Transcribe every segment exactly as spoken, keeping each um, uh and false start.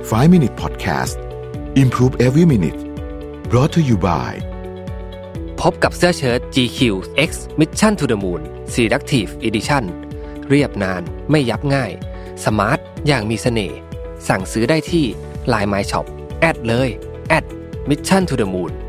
five minute podcast Improve every minute brought to you by พบกับเสื้อเชิ้ต จี คิว X Mission to the Moon Selective Edition เรียบนานไม่ยับง่ายสมาร์ทอย่างมีเสน่ห์สั่งซื้อได้ที่ ไลน์ My Shop แอดเลยแอด Mission to the Moon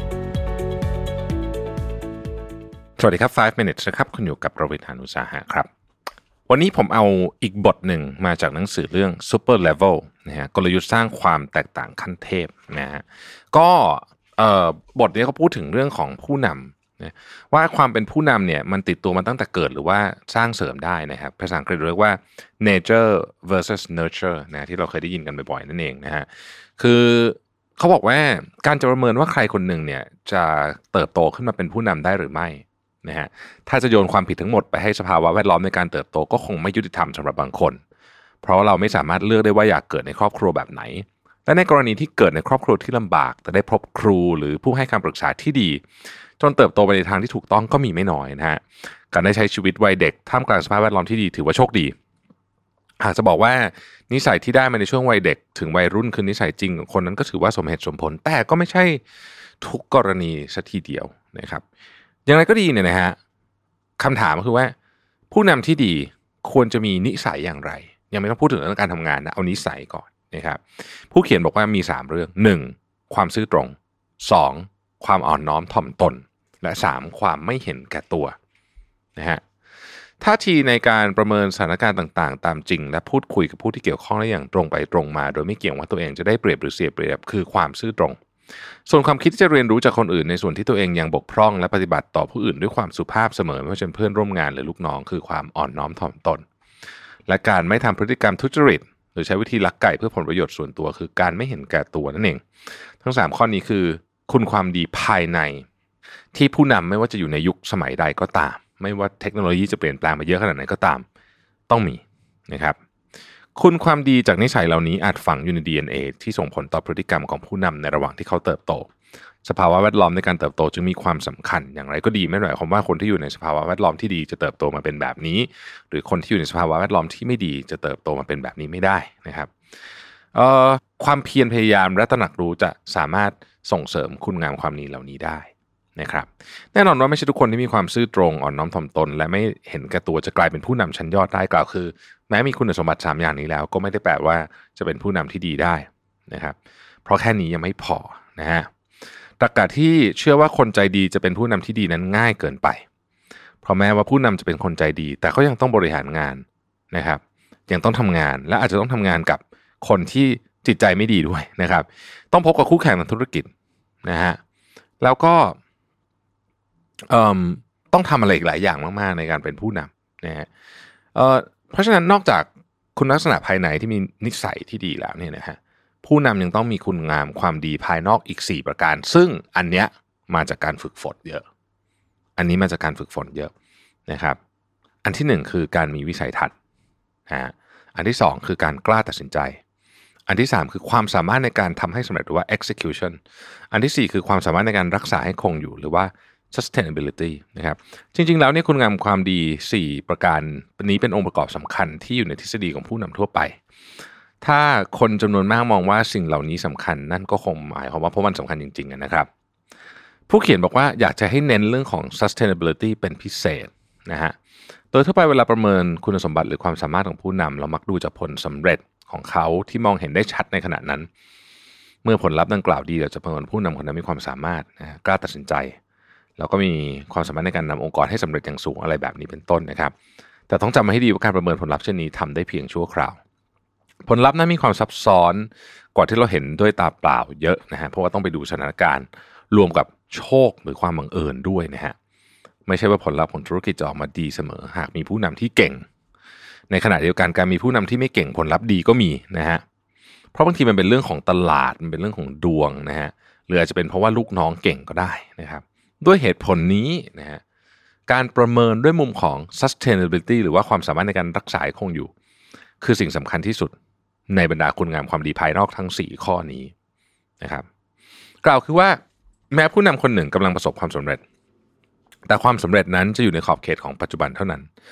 สวัสดีครับfive minutes นะครับคุณอยู่กับประวิตร หาญอุตสาหะครับวันนี้ผมเอาอีกบทหนึ่งมาจากหนังสือเรื่อง Super Level นะฮะกลยุทธ์สร้างความแตกต่างขั้นเทพนะฮะก็เอ่อบทนี้เขาพูดถึงเรื่องของผู้นำนะว่าความเป็นผู้นำเนี่ยมันติดตัวมาตั้งแต่เกิดหรือว่าสร้างเสริมได้นะครับภาษาอังกฤษเรียกว่า nature versus nurture นะที่เราเคยได้ยินกันบ่อยๆนั่นเองนะฮะคือเขาบอกว่าการจะประเมินว่าใครคนหนึ่งเนี่ยจะเติบโตขึ้นมาเป็นผู้นำได้หรือไม่นะฮะถ้าจะโยนความผิดทั้งหมดไปให้สภาวะแวดล้อมในการเติบโตก็คงไม่ยุติธรรมสำหรับบางคนเพราะเราไม่สามารถเลือกได้ว่าอยากเกิดในครอบครัวแบบไหนและในกรณีที่เกิดในครอบครัวที่ลำบากแต่ได้พบครูหรือผู้ให้คำปรึกษาที่ดีจนเติบโตไปในทางที่ถูกต้องก็มีไม่น้อยนะฮะการได้ใช้ชีวิตวัยเด็กท่ามกลางสภาพแวดล้อมที่ดีถือว่าโชคดีหากจะบอกว่านิสัยที่ได้มาในช่วงวัยเด็กถึงวัยรุ่นคือนิสัยจริงของคนนั้นก็ถือว่าสมเหตุสมผลแต่ก็ไม่ใช่ทุกกรณีสัทีเดียวนะครับอย่างไรก็ดีเนี่ยนะฮะคำถามก็คือว่าผู้นำที่ดีควรจะมีนิสัยอย่างไรยังไม่ต้องพูดถึงเรื่องการทำงานนะเอานิสัยก่อนนะครับผู้เขียนบอกว่ามีสามเรื่องหนึ่งความซื่อตรงสองความอ่อนน้อมถ่อมตนและสามความไม่เห็นแก่ตัวนะฮะท่าทีในการประเมินสถานการณ์ต่างๆตามจริงและพูดคุยกับผู้ที่เกี่ยวข้องได้อย่างตรงไปตรงมาโดยไม่เกี่ยงว่าตัวเองจะได้เปรียบหรือเสียเปรียบคือความซื่อตรงส่วนความคิดที่จะเรียนรู้จากคนอื่นในส่วนที่ตัวเองยังบกพร่องและปฏิบัติต่อผู้อื่นด้วยความสุภาพเสมอไม่ว่าจะเป็นเพื่อนร่วมงานหรือลูกน้องคือความอ่อนน้อมถ่อมตนและการไม่ทำพฤติกรรมทุจริตหรือใช้วิธีลักไก่เพื่อผลประโยชน์ส่วนตัวคือการไม่เห็นแก่ตัวนั่นเองทั้งสามข้อนี้คือคุณความดีภายในที่ผู้นำไม่ว่าจะอยู่ในยุคสมัยใดก็ตามไม่ว่าเทคโนโลยีจะเปลี่ยนแปลงมาเยอะขนาดไหนก็ตามต้องมีนะครับคุณความดีจากนิสัยเหล่านี้อาจฝังอยู่ใน ดี เอ็น เอ ที่ส่งผลต่อพฤติกรรมของผู้นำในระหว่างที่เขาเติบโตสภาวะแวดล้อมในการเติบโตจึงมีความสำคัญอย่างไรก็ดีไม่หมายความว่าคนที่อยู่ในสภาวะแวดล้อมที่ดีจะเติบโตมาเป็นแบบนี้หรือคนที่อยู่ในสภาวะแวดล้อมที่ไม่ดีจะเติบโตมาเป็นแบบนี้ไม่ได้นะครับเอ่อความเพียรพยายามและตระหนักรู้จะสามารถส่งเสริมคุณงามความดีเหล่านี้ได้นะครับแน่นอนว่าไม่ใช่ทุกคนที่มีความซื่อตรงอ่อนน้อมถ่อมตนและไม่เห็นแก่ตัวจะกลายเป็นผู้นำชั้นยอดได้กล่าวคือแม้มีคุณสมบัติสามอย่างนี้แล้วก็ไม่ได้แปลว่าจะเป็นผู้นำที่ดีได้นะครับเพราะแค่นี้ยังไม่พอนะฮะตรรกะที่เชื่อว่าคนใจดีจะเป็นผู้นำที่ดีนั้นง่ายเกินไปเพราะแม้ว่าผู้นำจะเป็นคนใจดีแต่ก็ยังต้องบริหารงานนะครับยังต้องทำงานและอาจจะต้องทำงานกับคนที่จิตใจไม่ดีด้วยนะครับต้องพบกับคู่แข่งทางธุรกิจนะฮะแล้วก็เอ่อต้องทำอะไรอีกหลายอย่างมากๆในการเป็นผู้นำนะฮะเอ่อเพราะฉะนั้นนอกจากคุณลักษณะภายในที่มีนิสัยที่ดีแล้วเนี่ยนะฮะผู้นำยังต้องมีคุณงามความดีภายนอกอีกสี่ประการซึ่งอันเนี้ยมาจากการฝึกฝนเยอะอันนี้มาจากการฝึกฝนเยอะนะครับอันที่หนึ่งคือการมีวิสัยทัศน์นะฮะอันที่สองคือการกล้าตัดสินใจอันที่สามคือความสามารถในการทำให้สำเร็จหรือว่า execution อันที่สี่คือความสามารถในการรักษาให้คงอยู่หรือว่า sustainability นะครับจริงๆแล้วเนี่ยคุณงามความดีสี่ประการนี้เป็นองค์ประกอบสำคัญที่อยู่ในทฤษฎีของผู้นำทั่วไปถ้าคนจำนวนมากมองว่าสิ่งเหล่านี้สำคัญนั่นก็คงหมายความว่าเพราะมันสำคัญจริงๆนะครับผู้เขียนบอกว่าอยากจะให้เน้นเรื่องของ sustainability เป็นพิเศษนะฮะโดยทั่วไปเวลาประเมินคุณสมบัติหรือความสามารถของผู้นำเรามักดูจากผลสำเร็จของเขาที่มองเห็นได้ชัดในขณะนั้นเมื่อผลลัพธ์ดังกล่าวดีเราจะประเมินผู้นำคนนั้นมีความสามารถนะกล้าตัดสินใจแล้วก็มีความสามารถในการนำองค์กรให้สำเร็จอย่างสูงอะไรแบบนี้เป็นต้นนะครับแต่ต้องจำมาให้ดีว่าการประเมินผลลัพธ์เช่นนี้ทำได้เพียงชั่วคราวผลลัพธ์นั้นมีความซับซ้อนกว่าที่เราเห็นด้วยตาเปล่าเยอะนะฮะเพราะว่าต้องไปดูสถานการณ์รวมกับโชคหรือความบังเอิญด้วยนะฮะไม่ใช่ว่าผลลัพธ์ของธุรกิจจะออกมาดีเสมอหากมีผู้นำที่เก่งในขณะเดียวกันการมีผู้นำที่ไม่เก่งผลลัพธ์ดีก็มีนะฮะเพราะบางทีมันเป็นเรื่องของตลาดมันเป็นเรื่องของดวงนะฮะหรืออาจจะเป็นเพราะว่าลูกน้องเก่งก็ได้นะครับด้วยเหตุผลนี้นะฮะการประเมินด้วยมุมของ sustainability หรือว่าความสามารถในการรักษาคงอยู่คือสิ่งสำคัญที่สุดในบรรดาคุณงามความดีภายนอกทั้งสี่ข้อนี้นะครับกล่าวคือว่าแม้ผู้นำคนหนึ่งกำลังประสบความสำเร็จแต่ความสำเร็จนั้นจะอยู่ในขอบเขตของปัจจุบันเท่านั้น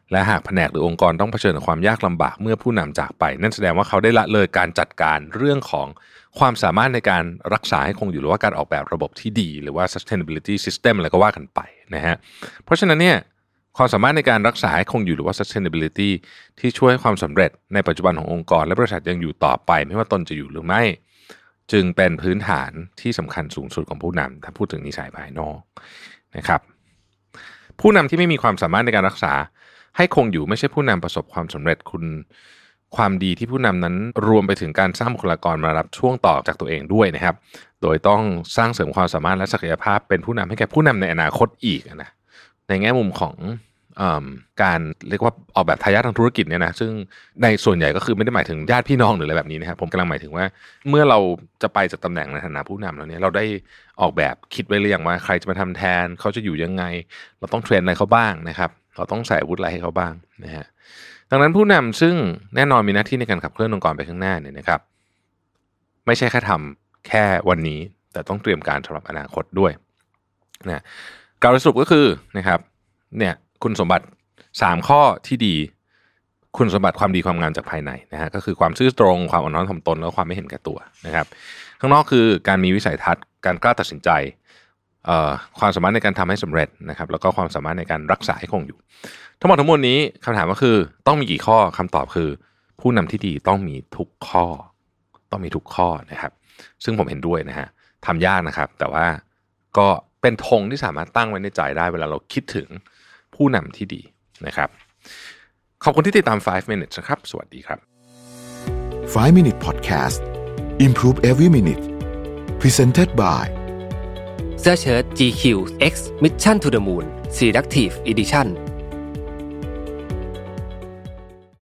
และหากแผนกหรือองค์กรต้องเผชิญกับความยากลำบากเมื่อผู้นำจากไปนั่นแสดงว่าเขาได้ละเลยการจัดการเรื่องของความสามารถในการรักษาให้คงอยู่หรือว่าการออกแบบระบบที่ดีหรือว่า sustainability system อะไรก็ว่ากันไปนะฮะเพราะฉะนั้นเนี่ยความสามารถในการรักษาให้คงอยู่หรือว่า sustainability ที่ช่วยให้ความสำเร็จในปัจจุบันขององค์กรและบริษัทยังอยู่ต่อไปไม่ว่าตนจะอยู่หรือไม่จึงเป็นพื้นฐานที่สำคัญสูงสุดของผู้นำถ้าพูดถึงนิสัยภายนอกนะครับผู้นำที่ไม่มีความสามารถในการรักษาให้คงอยู่ไม่ใช่ผู้นำประสบความสำเร็จคุณความดีที่ผู้นำนั้นรวมไปถึงการสร้างบุคลากรมารับช่วงต่อจากตัวเองด้วยนะครับโดยต้องสร้างเสริมความสามารถและศักยภาพเป็นผู้นำให้แก่ผู้นำในอนาคตอีกนะในแง่มุมของการเรียกว่าออกแบบทายาททางธุรกิจเนี่ยนะซึ่งในส่วนใหญ่ก็คือไม่ได้หมายถึงญาติพี่น้องหรืออะไรแบบนี้นะครับผมกำลังหมายถึงว่าเมื่อเราจะไปจากตำแหน่งในฐานะผู้นำแล้วเนี่ยเราได้ออกแบบคิดไว้หรือยังว่าใครจะมาทำแทนเขาจะอยู่ยังไงเราต้องเทรนอะไรเขาบ้างนะครับเราต้องใส่อาวุธอะไรให้เขาบ้างนะฮะดังนั้นผู้นำซึ่งแน่นอนมีหน้าที่ในการขับเคลื่อนองค์กรไปข้างหน้าเนี่ยนะครับไม่ใช่แค่ทำแค่วันนี้แต่ต้องเตรียมการสำหรับอนาคตด้วยนะการสรุปก็คือนะครับเนี่ยคุณสมบัติสามข้อที่ดีคุณสมบัติความดีความงามจากภายในนะฮะก็คือความซื่อตรงความอ่อนน้อมถ่อมตนแล้วความไม่เห็นแก่ตัวนะครับข้างนอกคือการมีวิสัยทัศน์การกล้าตัดสินใจเอ่อความสามารถในการทำให้สำเร็จนะครับแล้วก็ความสามารถในการรักษาให้คงอยู่ทั้งหมดทั้งมวลนี้คำถามก็คือต้องมีกี่ข้อคำตอบคือผู้นำที่ดีต้องมีทุกข้อต้องมีทุกข้อนะครับซึ่งผมเห็นด้วยนะฮะทำยากนะครับแต่ว่าก็เป็นธงที่สามารถตั้งไว้ในใจได้เวลาเราคิดถึงผู้นำที่ดีนะครับขอบคุณที่ติดตามไฟว์ minutes นะครับสวัสดีครับไฟว์ minute podcast improve every minute presented by เสื้อเชิ้ต จี คิว X Mission to the Moon Selective Edition